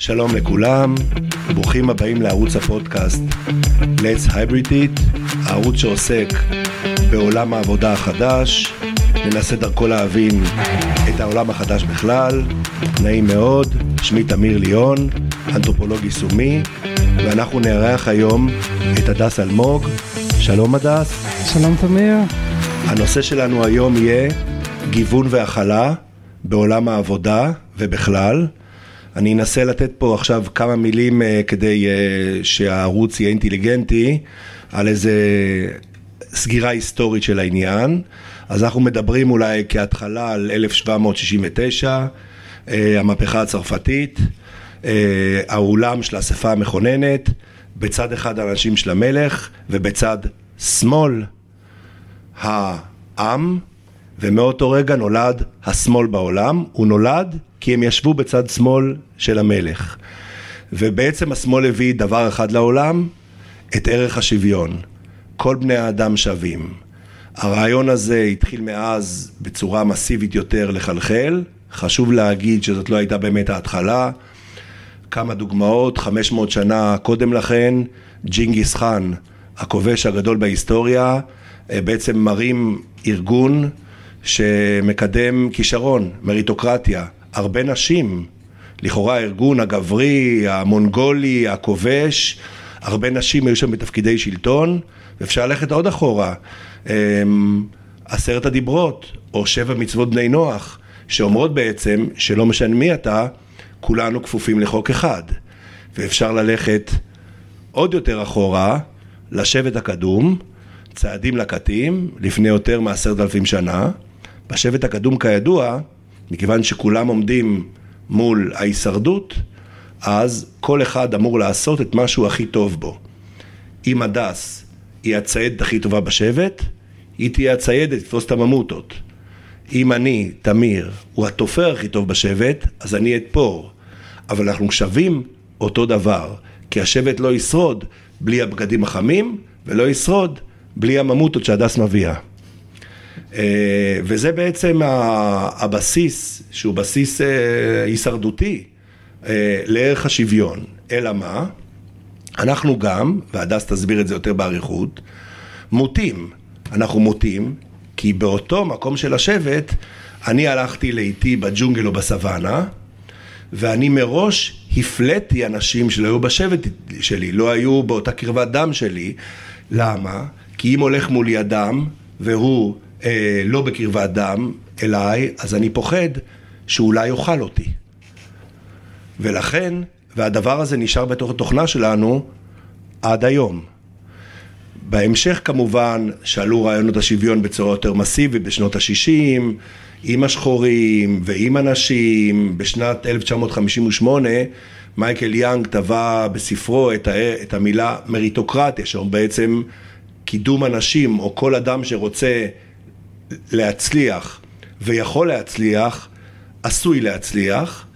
שלום לכולם, ברוכים הבאים לערוץ הפודקאסט Let's Hybrid It, הערוץ שעוסק בעולם העבודה החדש, ננסה דרכו להבין את העולם החדש בכלל. נעים מאוד, שמי תמיר ליאון, אנתרופולוג יישומי, ואנחנו נארח היום את הדס אלמוג. שלום הדס. שלום תמיר. הנושא שלנו היום יהיה גיוון והכלה בעולם העבודה ובכלל. אני אנסה לתת פה עכשיו כמה מילים כדי שהערוץ יהיה אינטליגנטי על איזה סגירה היסטורית של העניין. אז אנחנו מדברים אולי כהתחלה על 1769, המהפכה הצרפתית, העולם של האספה המכוננת, בצד אחד האנשים של המלך ובצד שמאל העם, ומאותו רגע נולד השמאל בעולם. הוא נולד כי הם ישבו בצד שמאל של המלך, ובעצם השמאל הביא דבר אחד לעולם, את ערך השוויון. כל בני האדם שווים. הרעיון הזה התחיל מאז בצורה מסיבית יותר לחלחל. חשוב להגיד שזאת לא הייתה באמת ההתחלה. כמה דוגמאות: 500 שנה קודם לכן ג'ינגיס חאן, הכובש הגדול בהיסטוריה, בעצם מרים ארגון שמקדם כישרון, מריטוקרטיה. הרבה נשים, לכאורה הארגון הגברי, המונגולי, הכובש, הרבה נשים היו שם בתפקידי שלטון, ואפשר ללכת עוד אחורה. 10 הדיברות, או 7 מצוות בני נוח, שאומרות בעצם שלא משנה מי אתה, כולנו כפופים לחוק אחד. ואפשר ללכת עוד יותר אחורה, לשבט הקדום, צעדים לקטים, לפני יותר מ10,000 שנה. בשבט הקדום כידוע, מכיוון שכולם עומדים מול ההישרדות, אז כל אחד אמור לעשות את משהו הכי טוב בו. אם הדס היא הציידת הכי טובה בשבט, היא תהיה הציידת, תתפוס את הממוטות. אם אני, תמיר, הוא התופר הכי טוב בשבט, אז אני אתפור. אבל אנחנו שווים אותו דבר, כי השבט לא ישרוד בלי הבגדים החמים, ולא ישרוד בלי הממוטות שהדס מביאה. וזה בעצם הבסיס, שהוא בסיס הישרדותי לערך השוויון. אלא מה? אנחנו גם, והדס תסביר את זה יותר בעריכות, מוטים. אנחנו מוטים כי באותו מקום של השבט אני הלכתי לאיתי בג'ונגל או בסוואנה, ואני מראש הפלאתי אנשים שלא היו בשבט שלי, לא היו באותה קרבת דם שלי. למה? כי אם הולך מולי אדם והוא לא בקרבת דם אליי, אז אני פוחד שאולי יאכל אותי. ולכן, והדבר הזה נשאר בתוך התוכנה שלנו עד היום. בהמשך כמובן שעלו רעיונות השוויון בצורה יותר מסיבית בשנות ה-60, עם השחורים ועם הנשים. בשנת 1958 מייקל יאנג טבע בספרו את המילה מריטוקרטיה, שהוא בעצם קידום אנשים, או כל אדם שרוצה להצליח ויכול להצליח, עשוי להצליח.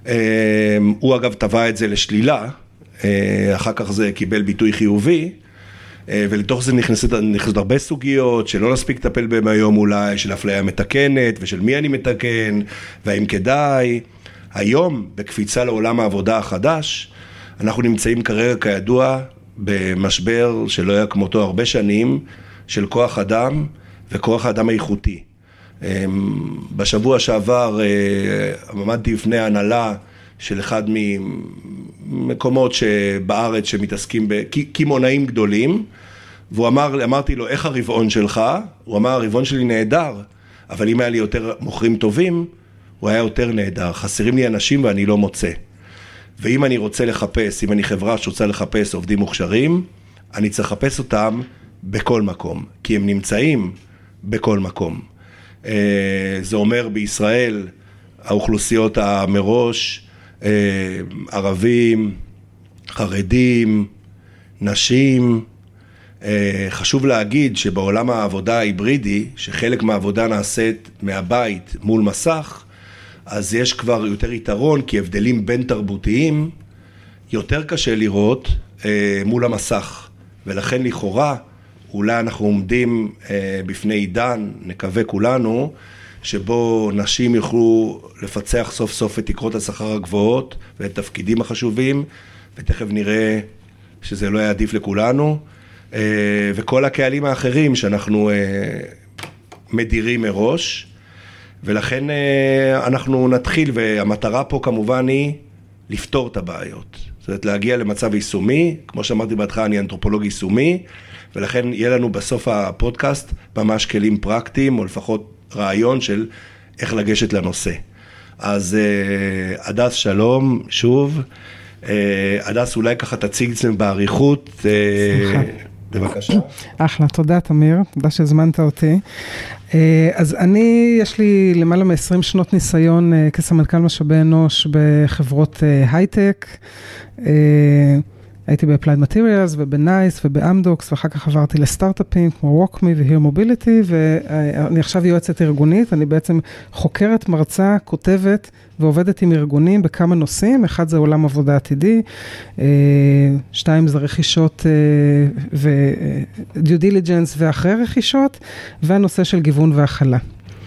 הוא אגב טבע את זה לשלילה, אחר כך זה קיבל ביטוי חיובי, ולתוך זה נכנסת הרבה סוגיות שלא נספיק לטפל בהם היום, אולי של אפליה מתקנת ושל מי אני מתקן והאם כדאי. היום בקפיצה לעולם העבודה החדש, אנחנו נמצאים כרגע כידוע במשבר שלא היה כמותו הרבה שנים, של כוח אדם וכוח האדם האיכותי. בשבוע שעבר עמדתי לפני ההנהלה של אחד ממקומות שבארץ שמתעסקים בקמעונאים גדולים, והוא אמרתי לו, איך הרבעון שלך? הוא אמר, הרבעון שלי נהדר, אבל אם היה לי יותר מוכרים טובים, הוא היה יותר נהדר. חסרים לי אנשים ואני לא מוצא. ואם אני רוצה לחפש, אם אני חברה שרוצה לחפש עובדים מוכשרים, אני צריך לחפש אותם בכל מקום, כי הם נמצאים בכל מקום. זה אומר בישראל, האוכלוסיות המראש, ערבים, חרדים, נשים. חשוב להגיד שבעולם העבודה ההיברידי, שחלק מהעבודה נעשית מהבית מול מסך, אז יש כבר יותר יתרון, כי הבדלים בין תרבותיים יותר קשה לראות מול המסך. ולכן לכאורה, אולי אנחנו עומדים בפני עידן, נקווה כולנו, שבו נשים יוכלו לפצח סוף סוף את תקרות השכר הגבוהות ואת תפקידים החשובים, ותכף נראה שזה לא יעדיף לכולנו, וכל הקהלים האחרים שאנחנו מדירים מראש, ולכן אנחנו נתחיל, והמטרה פה כמובן היא לפתור את הבעיות. זאת אומרת, להגיע למצב יישומי, כמו שאמרתי בהתחלה, אני אנתרופולוג יישומי, ולכן יהיה לנו בסוף הפודקאסט ממש כלים פרקטיים, או לפחות רעיון של איך לגשת לנושא. אז הדס, שלום, שוב. הדס, אולי ככה תציג אצלנו בעריכות. בבקשה. אחלה, תודה תמיר, תודה שהזמנת אותי. אז יש לי למעלה מ-20 שנות ניסיון כסמנכ"ל משאבי אנוש בחברות הייטק. הייתי ב-Applied Materials וב-NICE וב-Amdocs, ואחר כך עברתי לסטארט-אפים כמו WalkMe ו-Here Mobility, ואני עכשיו יועצת ארגונית, אני בעצם חוקרת, מרצה, כותבת ועובדת עם ארגונים בכמה נושאים, אחד זה עולם עבודה עתידי, 2 זה רכישות ו-due diligence ואחרי רכישות, והנושא של גיוון והכלה.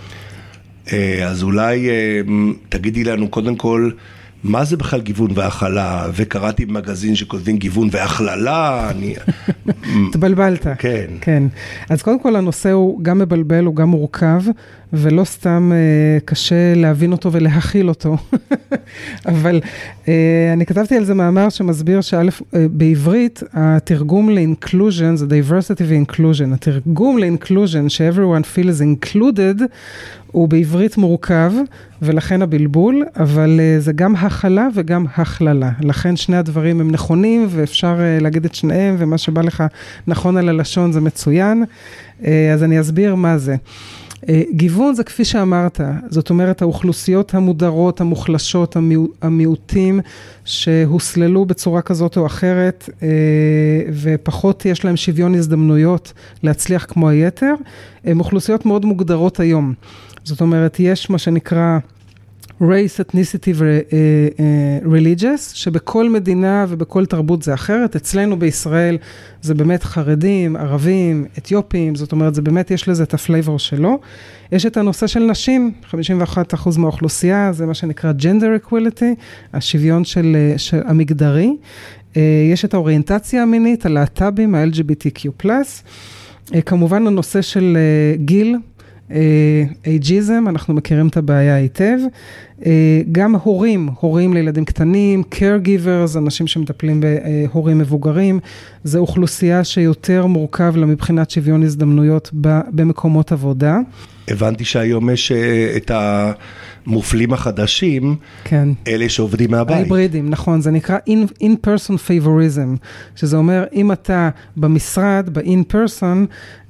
אז אולי תגידי לנו קודם כל, מה זה בכלל גיוון והכלה? וקראתי במגזין שכותבים גיוון והכללה. התבלבלת. כן. כן. אז קודם כל הנושא הוא גם מבלבל, הוא גם מורכב, ולא סתם קשה להבין אותו ולהכיל אותו. אבל אני כתבתי על זה מאמר שמסביר בעברית, התרגום ל-inclusion, זה diversity ו-inclusion. התרגום ל-inclusion, ש-everyone feels included, הוא בעברית מורכב, ולכן הבלבול, אבל זה גם הכלה וגם הכללה. לכן שני הדברים הם נכונים, ואפשר להגיד את שניהם, ומה שבא לך נכון על הלשון זה מצוין. אז אני אסביר מה זה. גיוון זה כפי שאמרת, זאת אומרת האוכלוסיות המודרות, המוחלשות, המיעוטים שהוסללו בצורה כזאת או אחרת ופחות יש להם שוויון הזדמנויות להצליח כמו היתר, הן אוכלוסיות מאוד מוגדרות היום. זאת אומרת יש מה שנקרא race, ethnicity ו-religious, שבכל מדינה ובכל תרבות זה אחרת. אצלנו בישראל זה באמת חרדים, ערבים, אתיופים, זאת אומרת, זה באמת יש לזה את הפלייבור שלו. יש את הנושא של נשים, 51% מהאוכלוסייה, זה מה שנקרא gender equality, השוויון של המגדרי. יש את האוריינטציה המינית, הלהט"בים, ה-LGBTQ+. כמובן הנושא של גיל, אייג'יזם, אנחנו מכירים את הבעיה היטב, גם הורים לילדים קטנים, caregivers, אנשים שמטפלים בהורים מבוגרים, זו אוכלוסייה שיותר מורכב לה מבחינת שוויון הזדמנויות במקומות עבודה. הבנתי שהיום יש את המופלים החדשים, כן. אלה שעובדים מהבית. ההיברידים, נכון, זה נקרא in-person favorism, שזה אומר, אם אתה במשרד, ב-in-person,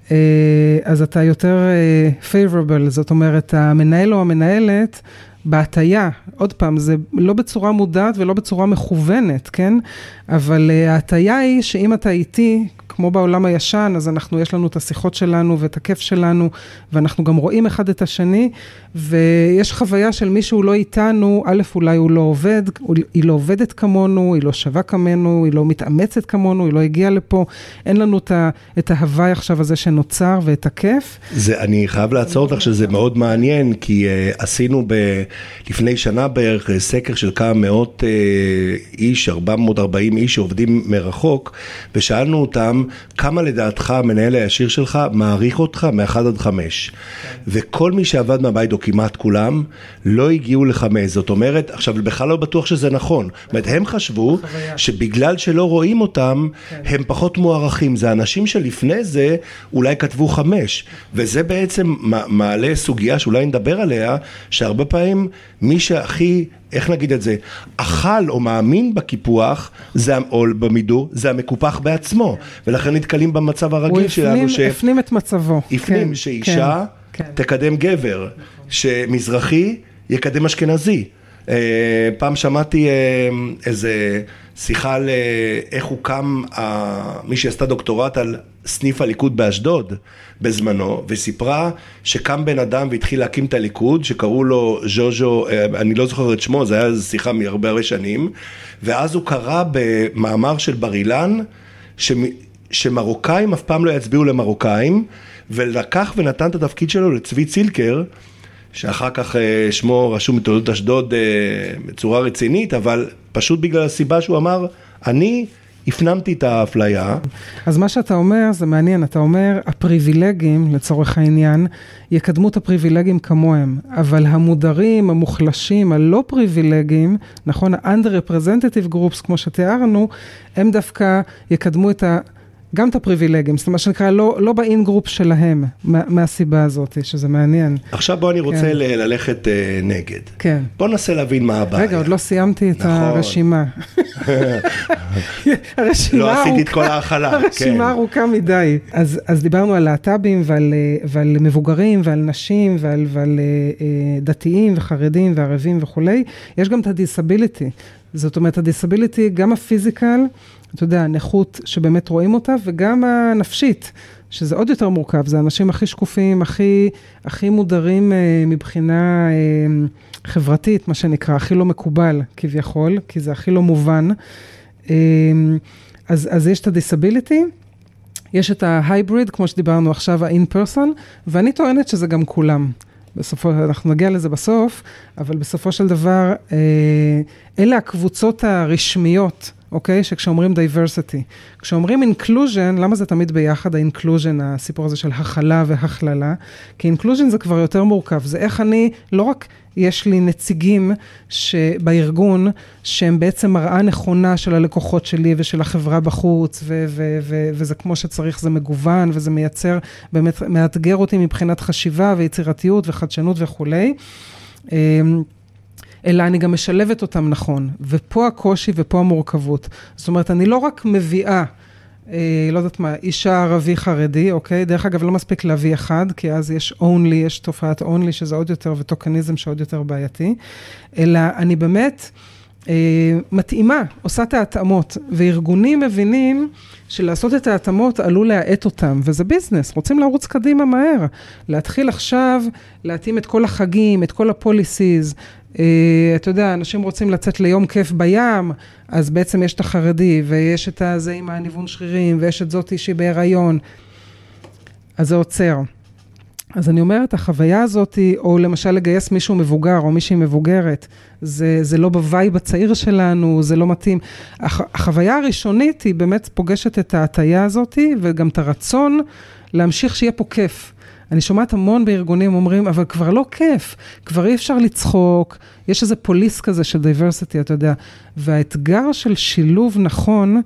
אז אתה יותר favorable, זאת אומרת, המנהל או המנהלת, בהטיה, עוד פעם, זה לא בצורה מודעת ולא בצורה מכוונת, כן? אבל ההטיה היא שאם אתה איתי, כמו בעולם הישן, אז יש לנו את השיחות שלנו ואת הכיף שלנו, ואנחנו גם רואים אחד את השני, ויש חוויה של מישהו לא איתנו, א', אולי הוא לא עובד, היא לא עובדת כמונו, היא לא שווה כמונו, היא לא מתאמצת כמונו, היא לא הגיעה לפה, אין לנו את ההוואי עכשיו הזה שנוצר ואת הכיף. אני חייב לעצור אותך שזה מאוד מעניין, כי עשינו לפני שנה בערך סקר של כמה מאות איש, 440 איש שעובדים מרחוק, ושאלנו אותם, כמה לדעתך המנהל הישיר שלך מעריך אותך מ-1 עד 5. וכל מי שעבד מהבית, או כמעט כולם, לא הגיעו ל5. זאת אומרת, עכשיו בכלל לא בטוח שזה נכון. זאת אומרת, הם חשבו שבגלל שלא רואים אותם, הם פחות מוערכים. זה אנשים שלפני זה אולי כתבו 5. וזה בעצם מעלה סוגיה שאולי נדבר עליה, שהרבה פעמים מי שהכי, איך נגיד את זה, אכל או מאמין בקיפוח, או במידור, זה המקופח בעצמו. ולכן נתקלים במצב הרגיל שלנו. הוא הפנים את מצבו. הפנים שאישה תקדם גבר, שמזרחי יקדם אשכנזי. פעם שמעתי איזה שיחה על איך הוקם מי שעשתה דוקטורט על סניף הליכוד באשדוד בזמנו, וסיפרה שקם בן אדם והתחיל להקים את הליכוד, שקראו לו ז'וז'ו, אני לא זוכר את שמו, זה היה שיחה מהרבה שנים, ואז הוא קרא במאמר של בר אילן, שמרוקאים אף פעם לא יצביעו למרוקאים, ולקח ונתן את התפקיד שלו לצבי צילקר, שאחר כך שמו רשום בתולדות אשדוד בצורה רצינית, אבל פשוט בגלל הסיבה שהוא אמר, אני הפנמתי את האפליה. אז מה שאתה אומר, זה מעניין, אתה אומר, הפריבילגים, לצורך העניין, יקדמו את הפריבילגים כמוהם, אבל המודרים, המוחלשים, הלא פריבילגים, נכון, ה-under-representative groups, כמו שתיארנו, הם דווקא יקדמו גם את הפריבילגים, זאת אומרת, מה שנקרא, לא באין-גרופ שלהם, מהסיבה הזאת, שזה מעניין. עכשיו בוא אני רוצה ללכת נגד. כן. בוא ננסה להבין מה הבעיה. רגע, עוד לא סיימתי את הרשימה. לא עשיתי את כל ההחלה. הרשימה ארוכה מדי. אז דיברנו על להט"בים ועל מבוגרים ועל נשים ועל דתיים וחרדים וערבים וכולי. יש גם את הדיסביליטי. זאת אומרת, הדיסביליטי, גם הפיזיקל, אתה יודע, הנכות שבאמת רואים אותה, וגם הנפשית, שזה עוד יותר מורכב, זה האנשים הכי שקופים, הכי מודרים מבחינה חברתית, מה שנקרא, הכי לא מקובל כביכול, כי זה הכי לא מובן. אז יש את הדיסביליטי, יש את ההייבריד, כמו שדיברנו עכשיו, ה-in-person, ואני טוענת שזה גם כולם. אנחנו נגיע לזה בסוף, אבל בסופו של דבר, אלה הקבוצות הרשמיות, אוקיי? שכשאומרים diversity. כשאומרים inclusion, למה זה תמיד ביחד, ה-inclusion, הסיפור הזה של הכלה והכללה? כי inclusion זה כבר יותר מורכב. זה איך אני, לא רק יש לי נציגים בארגון, שהם בעצם מראה נכונה של הלקוחות שלי ושל החברה בחוץ, וזה כמו שצריך, זה מגוון, וזה מייצר, באמת מאתגר אותי מבחינת חשיבה ויצירתיות וחדשנות וכולי. אלא אני גם משלבת אותם נכון, ופה הקושי ופה המורכבות. זאת אומרת, אני לא רק מביאה, לא יודעת מה, אישה ערבי חרדי, אוקיי? דרך אגב, לא מספיק להביא אחד, כי אז יש only, יש תופעת only, שזה עוד יותר, וטוקניזם שעוד יותר בעייתי, אלא אני באמת מתאימה, עושה את ההתאמות, וארגונים מבינים שלעשות את ההתאמות עלול להעט אותם, וזה ביזנס, רוצים לרוץ קדימה מהר, להתחיל עכשיו, להתאים את כל החגים, את כל הפוליסיז, אתה יודע, אנשים רוצים לצאת ליום כיף בים, אז בעצם יש את החרדי, ויש את הזה עם הניוון שרירים, ויש את זאת שהיא בהיריון, אז זה עוצר. אז אני אומרת, החוויה הזאת, או למשל לגייס מישהו מבוגר, או מישהי מבוגרת, זה לא בווייב הצעיר שלנו, זה לא מתאים. החוויה הראשונית היא באמת פוגשת את ההטיה הזאת, וגם את הרצון להמשיך שיהיה פה כיף. אני שומעת המון בארגונים אומרים, אבל כבר לא כיף, כבר אי אפשר לצחוק, יש איזה פוליס כזה של דייברסיטי, אתה יודע, והאתגר של שילוב נכון,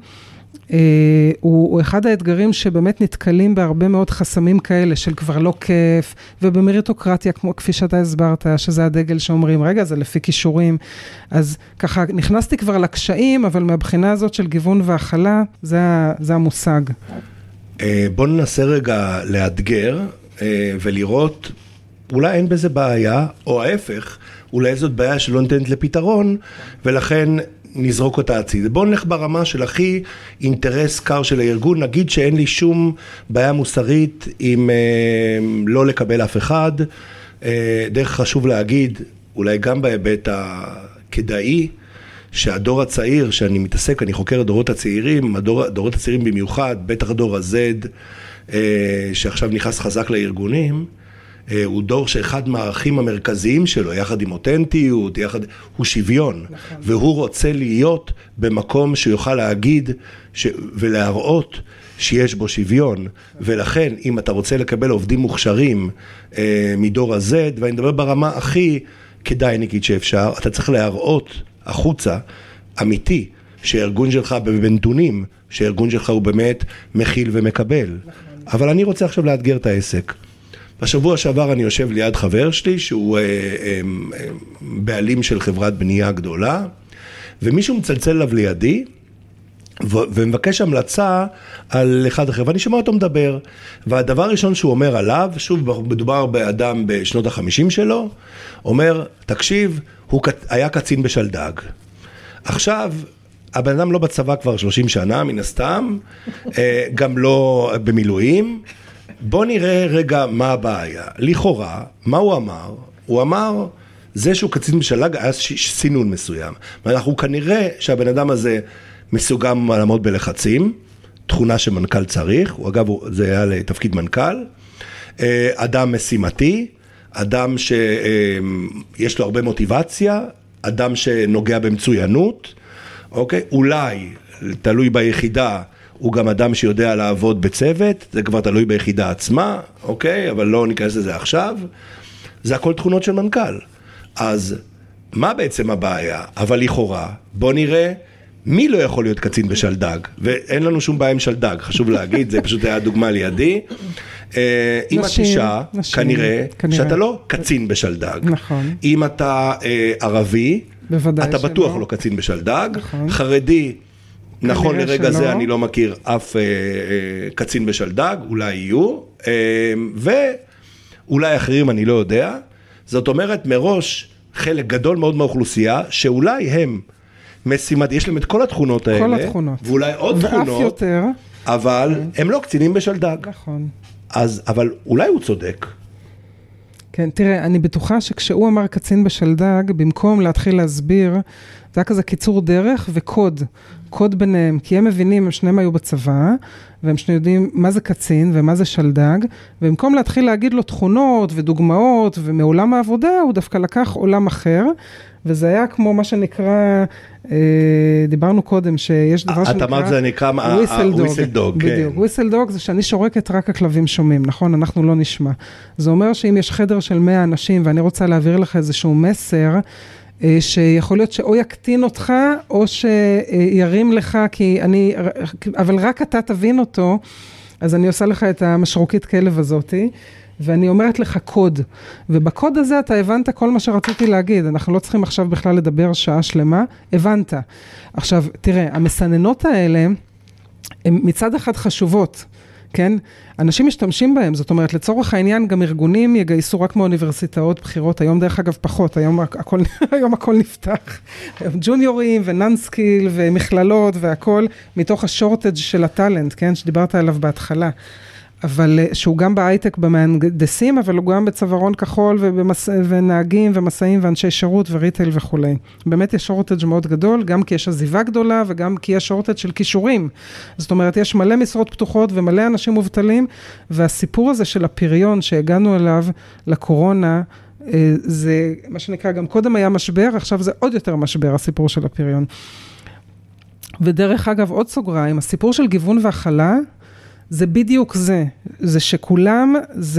הוא אחד האתגרים שבאמת נתקלים בהרבה מאוד חסמים כאלה, של כבר לא כיף, ובמריטוקרטיה, כפי שאתה הסברת, שזה הדגל שאומרים, רגע, זה לפי כישורים, אז ככה נכנסתי כבר לקשיים, אבל מהבחינה הזאת של גיוון והכלה, זה המושג. בוא ננסה רגע לאתגר, ולראות, אולי אין בזה בעיה, או ההפך, אולי זאת בעיה שלא נותנת לפתרון, ולכן נזרוק אותה הצידה. בואו נלך ברמה של הכי אינטרס קר של הארגון, נגיד שאין לי שום בעיה מוסרית עם לא לקבל אף אחד, דרך חשוב להגיד, אולי גם בהיבט הכדאי, שהדור הצעיר שאני מתעסק, אני חוקר הדורות הצעירים, הדורות הצעירים במיוחד, בטח הדור ה-Z, שעכשיו נכנס חזק לארגונים, הוא דור שאחד מהערכים המרכזיים שלו, יחד עם אותנטיות, הוא שוויון, והוא רוצה להיות במקום שיוכל להגיד ולהראות שיש בו שוויון, ולכן אם אתה רוצה לקבל עובדים מוכשרים מדור ה-Z, ואני מדבר ברמה הכי כדאי נגיד שאפשר, אתה צריך להראות החוצה, אמיתי, שהארגון שלך בנתונים, שהארגון שלך הוא באמת מכיל ומקבל. אבל אני רוצה עכשיו לאתגר את העסק. בשבוע שעבר אני יושב ליד חבר שלי, שהוא בעלים של חברת בנייה גדולה, ומישהו מצלצל אליו לידי, ומבקש המלצה על אחד אחר, ואני שומע אותו מדבר, והדבר הראשון שהוא אומר עליו, שוב מדובר באדם בשנות ה-50 שלו, אומר, תקשיב, הוא היה קצין בשלדג. עכשיו, הבן אדם לא בצבא כבר 30 שנה, מן הסתם, גם לא במילואים. בוא נראה רגע מה הבעיה. לכאורה, מה הוא אמר? הוא אמר, זה שהוא קצין בשלדג היה סינון מסוים. ואנחנו כנראה שהבן אדם הזה מסוגל לעמוד בלחצים, תכונה שמנכ"ל צריך, הוא אגב זה היה לתפקיד מנכ"ל, אדם משימתי, אדם שיש לו הרבה מוטיבציה, אדם שנוגע במצוינות, אוקיי? אולי, תלוי ביחידה, הוא גם אדם שיודע לעבוד בצוות, זה כבר תלוי ביחידה עצמה, אוקיי? אבל לא ניכנס לזה עכשיו. זה הכל תכונות של מנכ"ל. אז מה בעצם הבעיה? אבל לכאורה, בוא נראה מי לא יכול להיות קצין בשלדג, ואין לנו שום בעיה עם שלדג, חשוב להגיד, זה פשוט היה דוגמה לידי. אם את אישה, כנראה שאתה לא קצין בשלדג. נכון. אם אתה ערבי, אתה בטוח לא קצין בשלדג. חרדי, נכון לרגע זה אני לא מכיר אף קצין בשלדג, אולי יהיו, ואולי אחרים אני לא יודע. זאת אומרת, מראש חלק גדול מאוד מהאוכלוסייה, שאולי הם משימת, יש להם את כל התכונות האלה, כל התכונות. ואולי עוד תכונות, ואף יותר. אבל הם לא קצינים בשלדג. נכון. אבל אולי הוא צודק. כן, תראה, אני בטוחה שכשהוא אמר קצין בשלדג, במקום להתחיל להסביר, זה היה כזה קיצור דרך וקוד, קוד ביניהם, כי הם מבינים, הם שניהם היו בצבא, והם שניהם יודעים מה זה קצין ומה זה שלדג, ובמקום להתחיל להגיד לו תכונות ודוגמאות ומעולם העבודה, הוא דווקא לקח עולם אחר, וזה היה כמו מה שנקרא, דיברנו קודם, שיש דבר שנקרא... את אמרת זה נקרא whistle dog. בדיוק, whistle dog זה שאני שורקת רק הכלבים שומעים, נכון? אנחנו לא נשמע. זה אומר שאם יש חדר של 100 אנשים, ואני רוצה להעביר לך איזשהו מסר, שיכול להיות שאו יקטין אותך, או שירים לך, אבל רק אתה תבין אותו, אז אני עושה לך את המשרוקית כלב הזאתי, ואני אומרת לך קוד, ובקוד הזה אתה הבנת כל מה שרציתי להגיד, אנחנו לא צריכים עכשיו בכלל לדבר שעה שלמה, הבנת. עכשיו, תראה, המסננות האלה, הן מצד אחד חשובות, כן? אנשים משתמשים בהם, זאת אומרת, לצורך העניין גם ארגונים יגייסו רק מאוניברסיטאות בחירות, היום דרך אגב פחות, היום הכל נפתח, ג'וניורים וננסקיל ומכללות והכל, מתוך השורטג' של הטלנט, כן? שדיברת עליו בהתחלה. אבל שהוא גם בהייטק במהנדסים, אבל הוא גם בצווארון כחול ונהגים ומסעים ואנשי שירות וריטייל וכו'. באמת יש שורטג' מאוד גדול, גם כי יש עזיבה גדולה וגם כי יש שורטג' של כישורים. זאת אומרת, יש מלא משרות פתוחות ומלא אנשים מובטלים, והסיפור הזה של הפריון שהגענו אליו לקורונה, זה מה שנקרא, גם קודם היה משבר, עכשיו זה עוד יותר משבר, הסיפור של הפריון. ודרך אגב, עוד סוגריים, הסיפור של גיוון והכלה, זה בדיוק זה שכולם,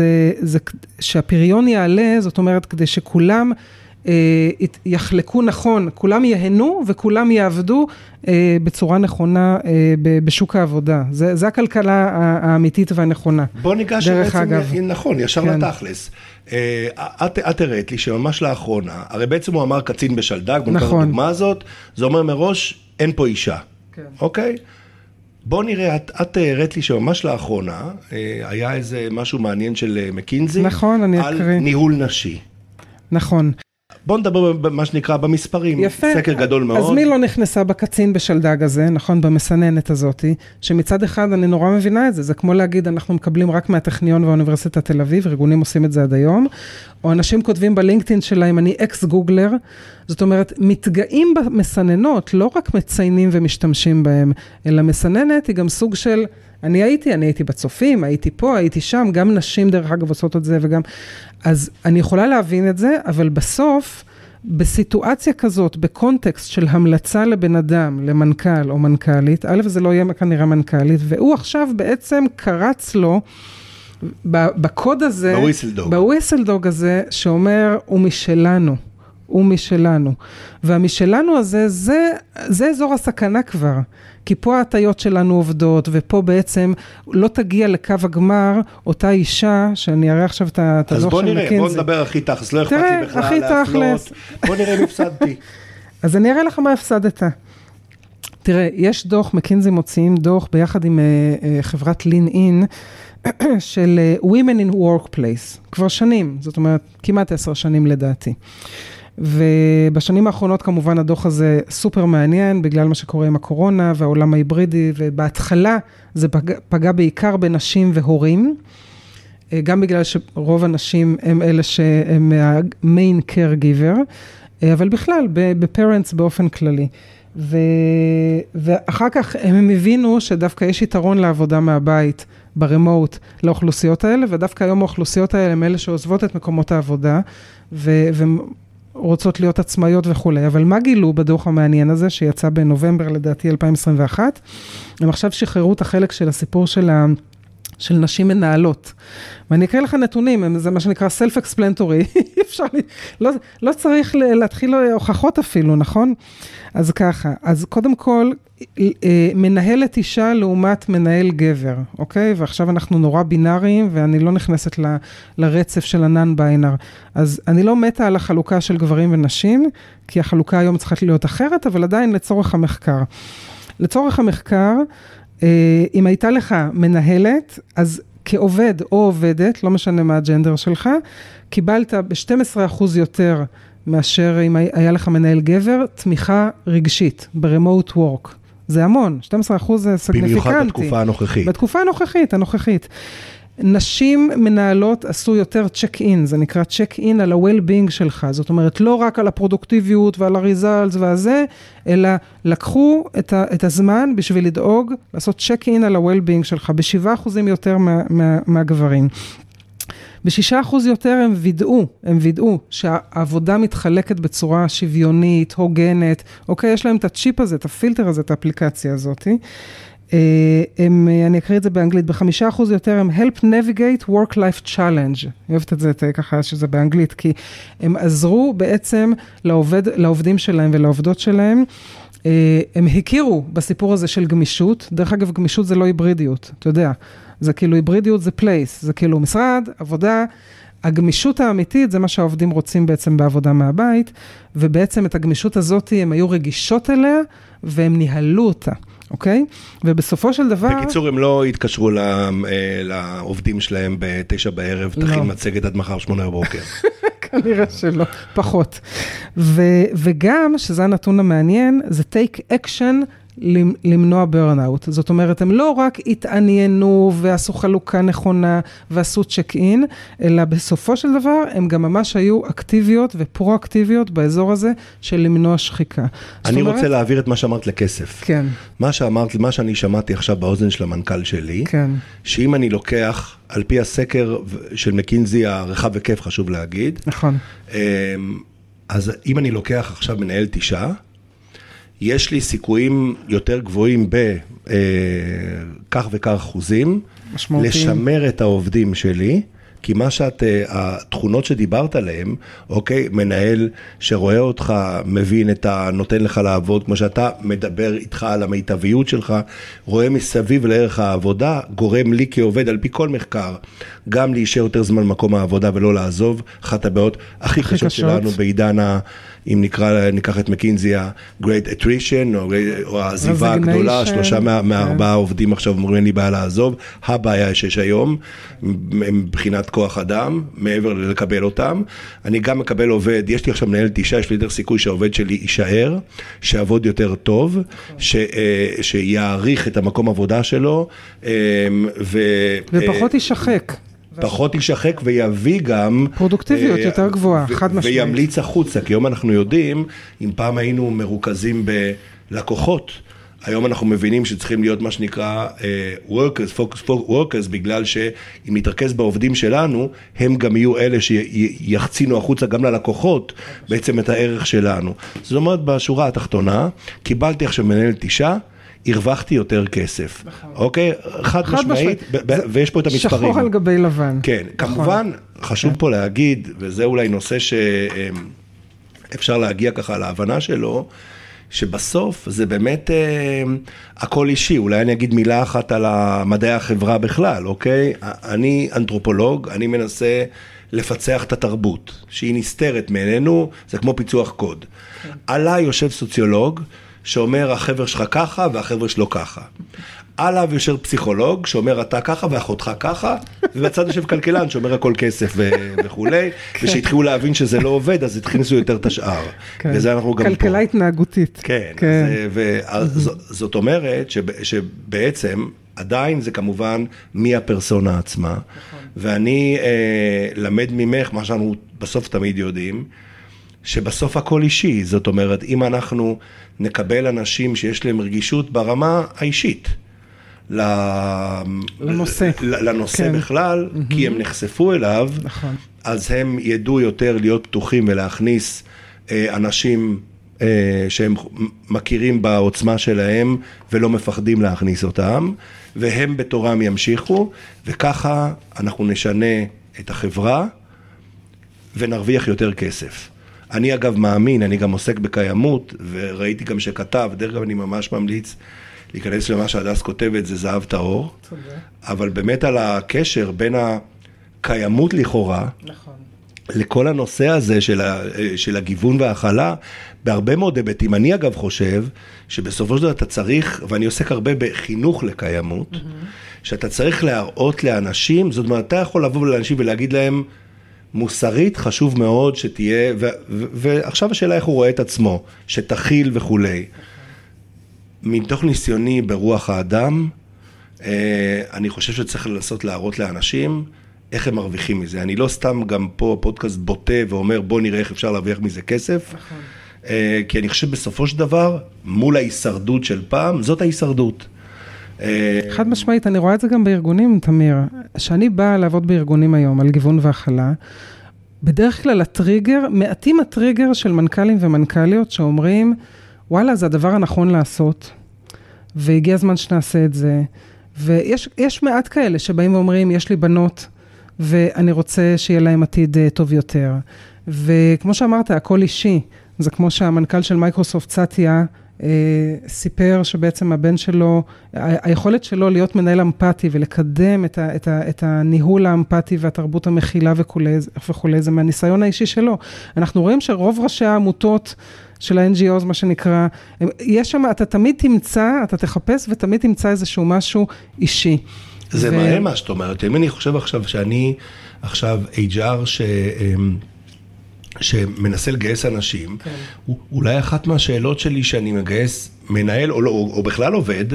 שהפריון יעלה, זאת אומרת, כדי שכולם יחלקו נכון, כולם יהנו וכולם יעבדו בצורה נכונה בשוק העבודה. זה הכלכלה האמיתית והנכונה. בוא ניגש בעצם, נכון, ישר לתכלס. את הראית לי שממש לאחרונה, הרי בעצם הוא אמר קצין בשלדג, בנקרא הדוגמה הזאת, זה אומר מראש, אין פה אישה. אוקיי? בוא נראה, את הראית לי שממש לאחרונה, היה איזה משהו מעניין של מקינזי, נכון, אני אקריא. על ניהול נשי. נכון. בוא נדבר במה שנקרא במספרים, יפה. סקר גדול מאוד. אז מי לא נכנסה בקצין בשלדג הזה, נכון, במסננת הזאת, שמצד אחד אני נורא מבינה את זה, זה כמו להגיד, אנחנו מקבלים רק מהטכניון והאוניברסיטת תל אביב, ארגונים עושים את זה עד היום, או אנשים כותבים בלינקדאין שלהם, אני אקס גוגלר, זאת אומרת, מתגאים במסננות, לא רק מציינים ומשתמשים בהם, אלא מסננת היא גם סוג של, אני הייתי בצופים, הייתי פה, הייתי שם, גם נשים דרך אגב עושות את זה וגם, אז אני יכולה להבין את זה, אבל בסוף, בסיטואציה כזאת, בקונטקסט של המלצה לבן אדם, למנכ"ל או מנכ"לית, א' זה לא יהיה כנראה מנכ"לית, והוא עכשיו בעצם קרץ לו, בקוד הזה, בוויסלדוג הזה, שאומר, הוא משלנו. והמשלנו הזה, זה אזור הסכנה כבר. כי פה ההטיות שלנו עובדות, ופה בעצם לא תגיע לקו הגמר, אותה אישה, שאני אראה עכשיו את הדוח של מקינזי. בוא נדבר הכי תכלס, לא אכפת לי בכלל להפלות. בוא נראה אם הפסדתי. אז אני אראה לך מה הפסדת. תראה, יש דוח, מקינזי מוציאים דוח ביחד עם חברת לין-אין, של Women in Workplace, כבר שנים, זאת אומרת, כמעט 10 שנים לדעתי. ובשנים האחרונות כמובן הדוח הזה סופר מעניין, בגלל מה שקורה עם הקורונה והעולם ההיברידי, ובהתחלה זה פגע בעיקר בנשים והורים, גם בגלל שרוב הנשים הם אלה שהם ה-main caregiver, אבל בכלל, בפרנטס באופן כללי. ואחר כך הם הבינו שדווקא יש יתרון לעבודה מהבית ברמוט לאוכלוסיות האלה, ודווקא היום האוכלוסיות האלה הם אלה שעוזבות את מקומות העבודה, ורוצות להיות עצמאיות וכו'. אבל מה גילו בדוח המעניין הזה, שיצא בנובמבר לדעתי 2021? הם עכשיו שחררו את החלק של הסיפור של נשים מנהלות. ואני אקריא לך נתונים, זה מה שנקרא self-explanatory, אפשר, לא צריך להתחיל הוכחות אפילו, נכון? אז ככה, אז קודם כל, מנהלת אישה לעומת מנהל גבר, אוקיי? ועכשיו אנחנו נורא בינאריים, ואני לא נכנסת לרצף של הנון-ביינר. אז אני לא מתה על החלוקה של גברים ונשים, כי החלוקה היום צריכה להיות אחרת, אבל עדיין לצורך המחקר. לצורך המחקר, אם הייתה לך מנהלת, אז כעובד או עובדת, לא משנה מה הג'נדר שלך, קיבלת ב-12% יותר מאשר אם היה לך מנהל גבר, תמיכה רגשית ב-remote work. זה המון, 12% זה סגניפיקנטי. במיוחד בתקופה הנוכחית. בתקופה הנוכחית. נשים מנהלות עשו יותר צ'ק-אין, זה נקרא צ'ק-אין על ה-well-being שלך, זאת אומרת, לא רק על הפרודוקטיביות ועל הריזלטס והזה, אלא לקחו את הזמן בשביל לדאוג, לעשות צ'ק-אין על ה-well-being שלך, ב7% יותר מהגברים. ב6% יותר הם וידאו שהעבודה מתחלקת בצורה שוויונית, הוגנת, אוקיי, יש להם את הצ'יפ הזה, את הפילטר הזה, את האפליקציה הזאת. אני אקריא את זה באנגלית, ב5% יותר הם help navigate work-life challenge. אני אוהבת את זה ככה שזה באנגלית, כי הם עזרו בעצם לעובדים שלהם ולעובדות שלהם, הם הכירו בסיפור הזה של גמישות, דרך אגב גמישות זה לא היברידיות, אתה יודע, זה כאילו היברידיות זה place, זה כאילו משרד, עבודה, הגמישות האמיתית זה מה שהעובדים רוצים בעצם בעבודה מהבית, ובעצם את הגמישות הזאת הם היו רגישות אליה, והם ניהלו אותה. אוקיי? ובסופו של דבר... בקיצור, הם לא התקשרו לעובדים שלהם ב9 בערב, תכין מצגת עד מחר 8 בבוקר. כנראה שלא, פחות. וגם, שזה הנתון המעניין, זה take action למנוע burnout. זאת אומרת, הם לא רק התעניינו ועשו חלוקה נכונה ועשו צ'ק-אין, אלא בסופו של דבר הם גם ממש היו אקטיביות ופרו-אקטיביות באזור הזה של למנוע שחיקה. אני רוצה להעביר את מה שאמרת לכסף. כן. מה שאמרת, מה שאני שמעתי עכשיו באוזן של המנכ"ל שלי, כן. שאם אני לוקח, על פי הסקר של מקינזי, הרחב וכיף חשוב להגיד, נכון. אז אם אני לוקח עכשיו מנהל אישה, יש לי סיכויים יותר גבוהים בכך וכך אחוזים, לשמר את העובדים שלי, כי מה התכונות שדיברת עליהן, אוקיי, מנהל שרואה אותך, מבין נותן לך לעבוד, כמו שאתה מדבר איתך על המיטביות שלך, רואה מסביב לערך העבודה, גורם לי כעובד על פי כל מחקר, גם להישאר יותר זמן במקום העבודה ולא לעזוב, אחת הבעיות הכי קשות שלנו בעידן אם ניקח את מקינזי, ה-Great Attrition, או העזיבה הגדולה, 3 מה4 עובדים עכשיו אומרים, אין לי בעיה לעזוב, הבעיה שיש היום, מבחינת כוח אדם, מעבר לקבל אותם, אני גם מקבל עובד, יש לי עכשיו מנהל אישה, יש לי יותר סיכוי שהעובד שלי יישאר, שיעבוד יותר טוב, שיעריך את המקום עבודה שלו, ופחות יישחק. פחות יישחק ויביא גם... פרודוקטיביות יותר גבוהה, חד משמעית. וימליץ החוצה, כי היום אנחנו יודעים, אם פעם היינו מרוכזים בלקוחות, היום אנחנו מבינים שצריכים להיות מה שנקרא workers, focus workers, בגלל שאם נתרכז בעובדים שלנו, הם גם יהיו אלה שיחצינו החוצה גם ללקוחות, בעצם את הערך שלנו. זאת אומרת, בשורה התחתונה, קיבלתי עכשיו מנהלת אישה, הרווחתי יותר כסף, אוקיי? חד משמעית, ויש פה את המספרים. שחור על גבי לבן. כן, כמובן, חשוב פה להגיד, וזה אולי נושא שאפשר להגיע ככה להבנה שלו, שבסוף זה באמת הכל אישי, אולי אני אגיד מילה אחת על מדעי החברה בכלל, אוקיי? אני אנתרופולוג, אני מנסה לפצח את התרבות, שהיא נסתרת מעינינו, זה כמו פיצוח קוד. עליי יושב סוציולוג, שאומר החבר שלך ככה והחבר שלו ככה. עליו יושב פסיכולוג שאומר אתה ככה ואחותך ככה, ובצד יושב כלכלן שאומר הכל כסף וכולי, ושהתחילו להבין שזה לא עובד, אז התכניסו יותר את השאר. וזה אנחנו גם פה. כלכלה התנהגותית. כן, זאת אומרת שבעצם עדיין זה כמובן מי הפרסונה עצמה, ואני למד ממך, מה שאנחנו בסוף תמיד יודעים, שבסוף הכל אישי, זאת אומרת, אם אנחנו נקבל אנשים שיש להם רגישות ברמה האישית, לנושא כן. בכלל, כי הם נחשפו אליו, נכון. אז הם ידעו יותר להיות פתוחים ולהכניס אנשים שהם מכירים בעוצמה שלהם ולא מפחדים להכניס אותם, והם בתורם ימשיכו, וככה אנחנו נשנה את החברה ונרוויח יותר כסף. אני אגב מאמין, אני גם עוסק בקיימות, וראיתי גם שכתב, דרך אגב אני ממש ממליץ להיכנס למה שהדס כותבת, זה זהב טהור, אבל באמת על הקשר בין הקיימות לכאורה, נכון. לכל הנושא הזה של הגיוון והאכלה, בהרבה מאוד היבטים. אני אגב חושב שבסופו של דבר אתה צריך, ואני עוסק הרבה בחינוך לקיימות, שאתה צריך להראות לאנשים, זאת אומרת, אתה יכול לבוא לאנשים ולהגיד להם, מוסרית חשוב מאוד שתהיה, ועכשיו השאלה איך הוא רואה את עצמו, שתכיל וכולי. מתוך ניסיוני ברוח האדם, אני חושב שצריך לנסות להראות לאנשים, איך הם מרוויחים מזה. אני לא סתם גם פה פודקאסט בוטה ואומר בוא נראה איך אפשר להרוויח מזה כסף, כי אני חושב בסופו של דבר, מול ההישרדות של פעם, זאת ההישרדות. חד משמעית, אני רואה את זה גם בארגונים, תמיר. שאני באה לעבוד בארגונים היום על גיוון והכלה, בדרך כלל הטריגר, מעטים הטריגר של מנכ"לים ומנכ"ליות שאומרים, וואלה, זה הדבר הנכון לעשות, והגיע הזמן שנעשה את זה. ויש מעט כאלה שבאים ואומרים, יש לי בנות, ואני רוצה שיהיה להם עתיד טוב יותר. וכמו שאמרת, הכל אישי. זה כמו שהמנכ"ל של מייקרוסופט סאטיה סיפר שבעצם הבן שלו, היכולת שלו להיות מנהל אמפתי ולקדם את הניהול האמפתי והתרבות המכילה וכולי, זה מהניסיון האישי שלו. אנחנו רואים שרוב ראשי העמותות של ה-NGOs, מה שנקרא, יש שם, אתה תמיד תמצא, אתה תחפש ותמיד תמצא איזשהו משהו אישי. זה מעניין מה שאת אומרת. אם אני חושב עכשיו שאני עכשיו HR שמנסה לגייס אנשים, אולי אחת מהשאלות שלי שאני מגייס מנהל או בכלל עובד,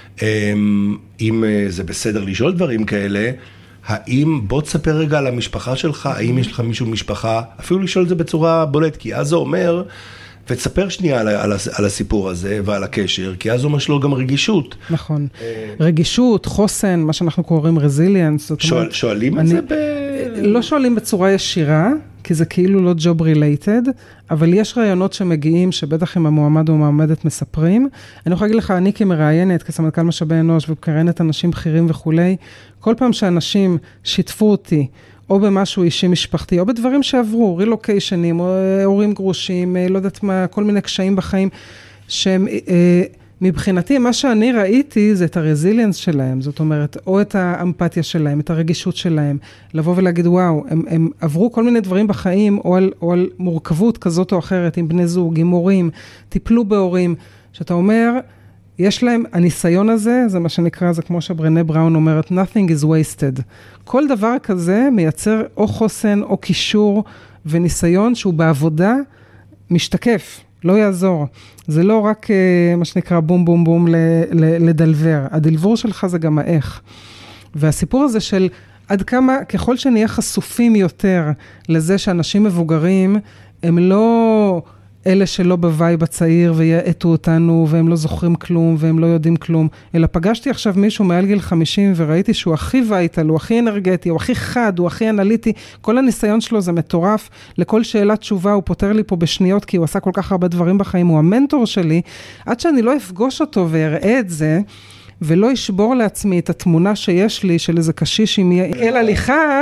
אם זה בסדר לשאול דברים כאלה, האם, בוא תספר רגע על המשפחה שלך, האם יש לך מישהו משפחה, אפילו לשאול את זה בצורה בולט, כי אז זה אומר, ותספר שנייה על הסיפור הזה ועל הקשר, כי אז אומר שלו גם רגישות. נכון. רגישות, חוסן, מה שאנחנו קוראים רזיליאנס. שואלים את זה לא שואלים בצורה ישירה, כי זה כאילו לא job related, אבל יש רעיונות שמגיעים, שבטח אם המועמד או המועמדת מספרים. אני יכולה להגיד לך, אני כמראיינת, כסמנכ"ל משאבי אנוש, וכראיינת אנשים בכירים וכולי, כל פעם שאנשים שיתפו אותי, או במשהו אישי משפחתי, או בדברים שעברו, רילוקיישנים, או הורים גרושים, לא יודעת מה, כל מיני קשיים בחיים, שהם, מבחינתי, מה שאני ראיתי, זה את הרזיליאנס שלהם, זאת אומרת, או את האמפתיה שלהם, את הרגישות שלהם, לבוא ולהגיד, וואו, הם עברו כל מיני דברים בחיים, או על מורכבות כזאת או אחרת, עם בני זוג, עם הורים, טיפלו בהורים, שאתה אומר, יש להם, הניסיון הזה, זה מה שנקרא, זה כמו שברנה בראון אומרת, nothing is wasted. כל דבר כזה מייצר או חוסן, או קישור, וניסיון שהוא בעבודה משתקף, לא יעזור. זה לא רק מה שנקרא בום בום בום לדלבר. הדלבור שלך זה גם האיך. והסיפור הזה של עד כמה, ככל שנהיה חשופים יותר לזה שאנשים מבוגרים, הם לא אלה שלא בווייב הצעיר ויעטו אותנו, והם לא זוכרים כלום, והם לא יודעים כלום, אלא פגשתי עכשיו מישהו מעל גיל 50, וראיתי שהוא הכי וייטל, הוא הכי אנרגטי, הוא הכי חד, הוא הכי אנליטי, כל הניסיון שלו זה מטורף, לכל שאלת תשובה הוא פותר לי פה בשניות, כי הוא עשה כל כך הרבה דברים בחיים, הוא המנטור שלי, עד שאני לא אפגוש אותו ואראה את זה, ולא ישבור לעצמי את התמונה שיש לי, של איזה קשיש עם אל הליכה,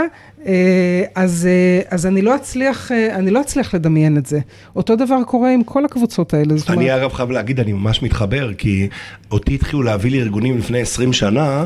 אז אני לא אצליח לדמיין את זה. אותו דבר קורה עם כל הקבוצות האלה. אני אגב חייב להגיד, אני ממש מתחבר, כי אותי התחילו להביא לי ארגונים לפני 20 שנה,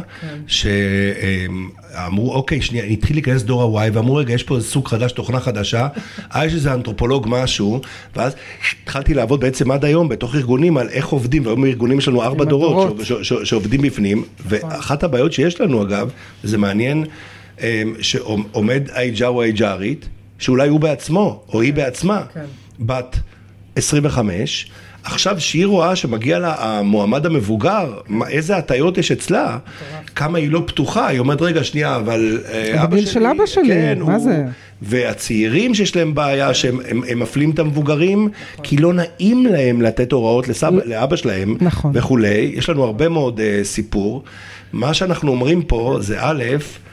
שאמרו, אוקיי, שנייה, אני התחיל להיכנס דור ה-Y, ואמרו, רגע, יש פה איזה סוג חדש, תוכנה חדשה, יש איזה אנתרופולוג משהו, ואז התחלתי לעבוד בעצם עד היום, בתוך ארגונים, על איך עובדים, והיום ארגונים יש לנו 4 דורות שעובדים בפנים, ואחת הבעיות שיש לנו, אגב, זה מעניין, שעומד ה-HR או ה-HRית, שאולי הוא בעצמו, או היא בעצמה, בת 25, עכשיו שהיא רואה שמגיע לה המועמד המבוגר, איזה הטיות יש אצלה, כמה היא לא פתוחה, היא אומרת רגע שנייה, אבל בגיל של אבא שלי, כן, מה זה? והצעירים שיש להם בעיה, שהם מפלים את המבוגרים, כי לא נעים להם לתת הוראות לאבא שלהם, וכולי, יש לנו הרבה מאוד סיפור, מה שאנחנו אומרים פה זה א',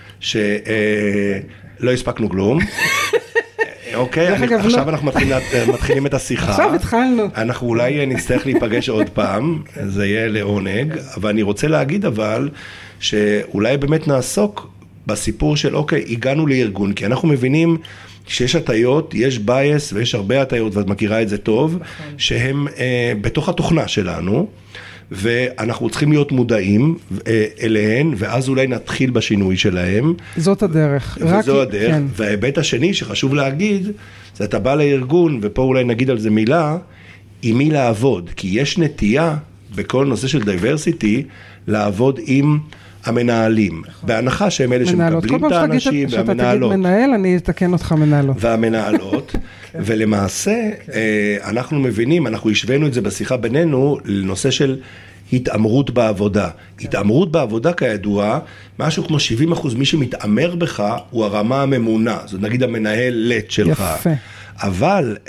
שלא הספקנו כלום, אוקיי, עכשיו אנחנו מתחילים את השיחה. עכשיו התחלנו. אנחנו אולי נצטרך להיפגש עוד פעם, זה יהיה לעונג, אבל אני רוצה להגיד אבל, שאולי באמת נעסוק בסיפור של אוקיי, הגענו לארגון, כי אנחנו מבינים שיש הטיות, יש בייס ויש הרבה הטיות, ואת מכירה את זה טוב, שהם בתוך התוכנה שלנו, ואנחנו צריכים להיות מודעים אליהן, ואז אולי נתחיל בשינוי שלהם. זאת הדרך. וזו הדרך. כן. וההיבט השני שחשוב להגיד, זה אתה בא לארגון, ופה אולי נגיד על זה מילה, עם מי לעבוד. כי יש נטייה, בכל נושא של דייברסיטי, לעבוד עם המנהלים. בהנחה שהם אלה שמקבלים את האנשים, והמנהלות. כשאתה תגיד מנהל, אני אתקן אותך מנהלות. והמנהלות. ולמעשה, אנחנו מבינים, אנחנו השווינו את זה בשיחה בינינו, לנושא של התאמרות בעבודה. התאמרות בעבודה כידוע, משהו כמו 70% מי שמתאמר בך, הוא הרמה הממונה. זאת נגיד המנהל שלך. יפה. אבל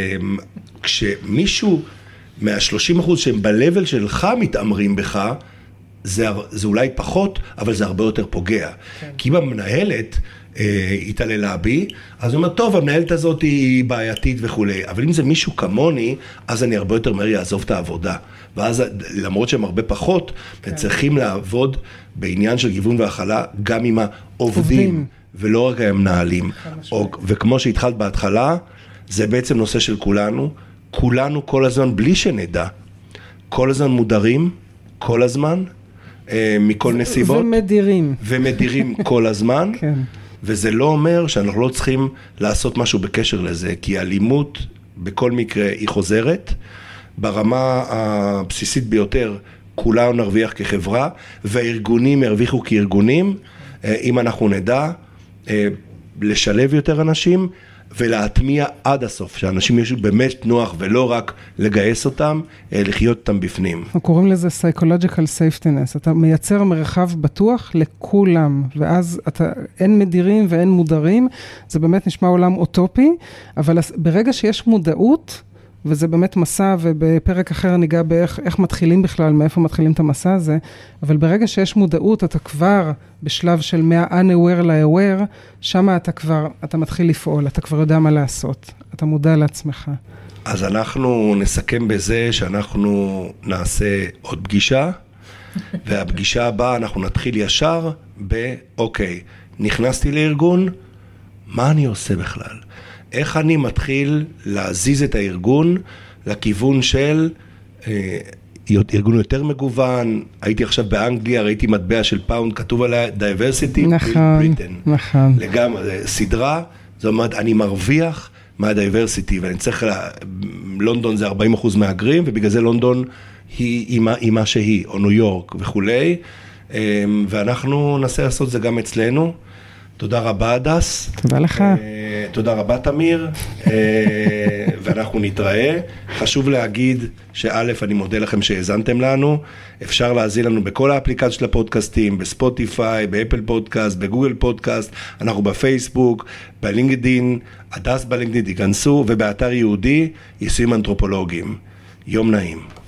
כשמישהו מה-30% שהם בלבל שלך מתאמרים בך, זה אולי פחות, אבל זה הרבה יותר פוגע. כי אם המנהלת התעללה בי, אז הוא אומר, טוב, המנהלת הזאת היא בעייתית וכו'. אבל אם זה מישהו כמוני, אז אני הרבה יותר מהר יעזוב את העבודה. ואז, למרות שהם הרבה פחות, צריכים לעבוד בעניין של גיוון והכלה, גם עם העובדים, ולא רק המנהלים. וכמו שהתחלת בהתחלה, זה בעצם נושא של כולנו. כולנו כל הזמן, בלי שנדע, כל הזמן מודרים, כל הזמן, מכל נסיבות. ומדירים כל הזמן. כן. וזה לא אומר שאנחנו לא צריכים לעשות משהו בקשר לזה, כי האלימות בכל מקרה היא חוזרת, ברמה הבסיסית ביותר, כולנו נרוויח כחברה, והארגונים ירוויחו כארגונים, אם אנחנו נדע לשלב יותר אנשים, ולהטמיע עד הסוף, שאנשים יש באמת נוח ולא רק לגייס אותם, לחיות אותם בפנים. אנחנו קוראים לזה psychological safetyness, אתה מייצר מרחב בטוח לכולם, ואז אין מדירים ואין מודרים, זה באמת נשמע עולם אוטופי, אבל ברגע שיש מודעות, וזה באמת מסע, ובפרק אחר ניגע באיך מתחילים בכלל, מאיפה מתחילים את המסע הזה, אבל ברגע שיש מודעות, אתה כבר בשלב של מה-unaware ל-aware, שם אתה מתחיל לפעול, אתה כבר יודע מה לעשות, אתה מודע לעצמך. אז אנחנו נסכם בזה שאנחנו נעשה עוד פגישה, והפגישה הבאה אנחנו נתחיל ישר אוקיי, נכנסתי לארגון, מה אני עושה בכלל? איך אני מתחיל להזיז את הארגון לכיוון של ארגון יותר מגוון. הייתי עכשיו באנגליה, ראיתי מטבע של פאונד, כתוב עליה diversity in Britain. נכון. לגמרי, סדרה, זאת אומרת, אני מרוויח מה-diversity, ואני צריך, לונדון זה 40% מהגרים, ובגלל זה לונדון היא מה שהיא, או ניו יורק וכולי, ואנחנו ננסה לעשות זה גם אצלנו. תודה רבה, הדס. תודה לך. תודה רבה, תמיר. ואנחנו נתראה. חשוב להגיד שא', אני מודה לכם שהאזנתם לנו. אפשר להזין לנו בכל האפליקציות של הפודקאסטים, בספוטיפיי, באפל פודקאסט, בגוגל פודקאסט, אנחנו בפייסבוק, בלינקדין, הדס בלינקדין, תיכנסו, ובאתר יהודי, יישומים אנתרופולוגיים. יום נעים.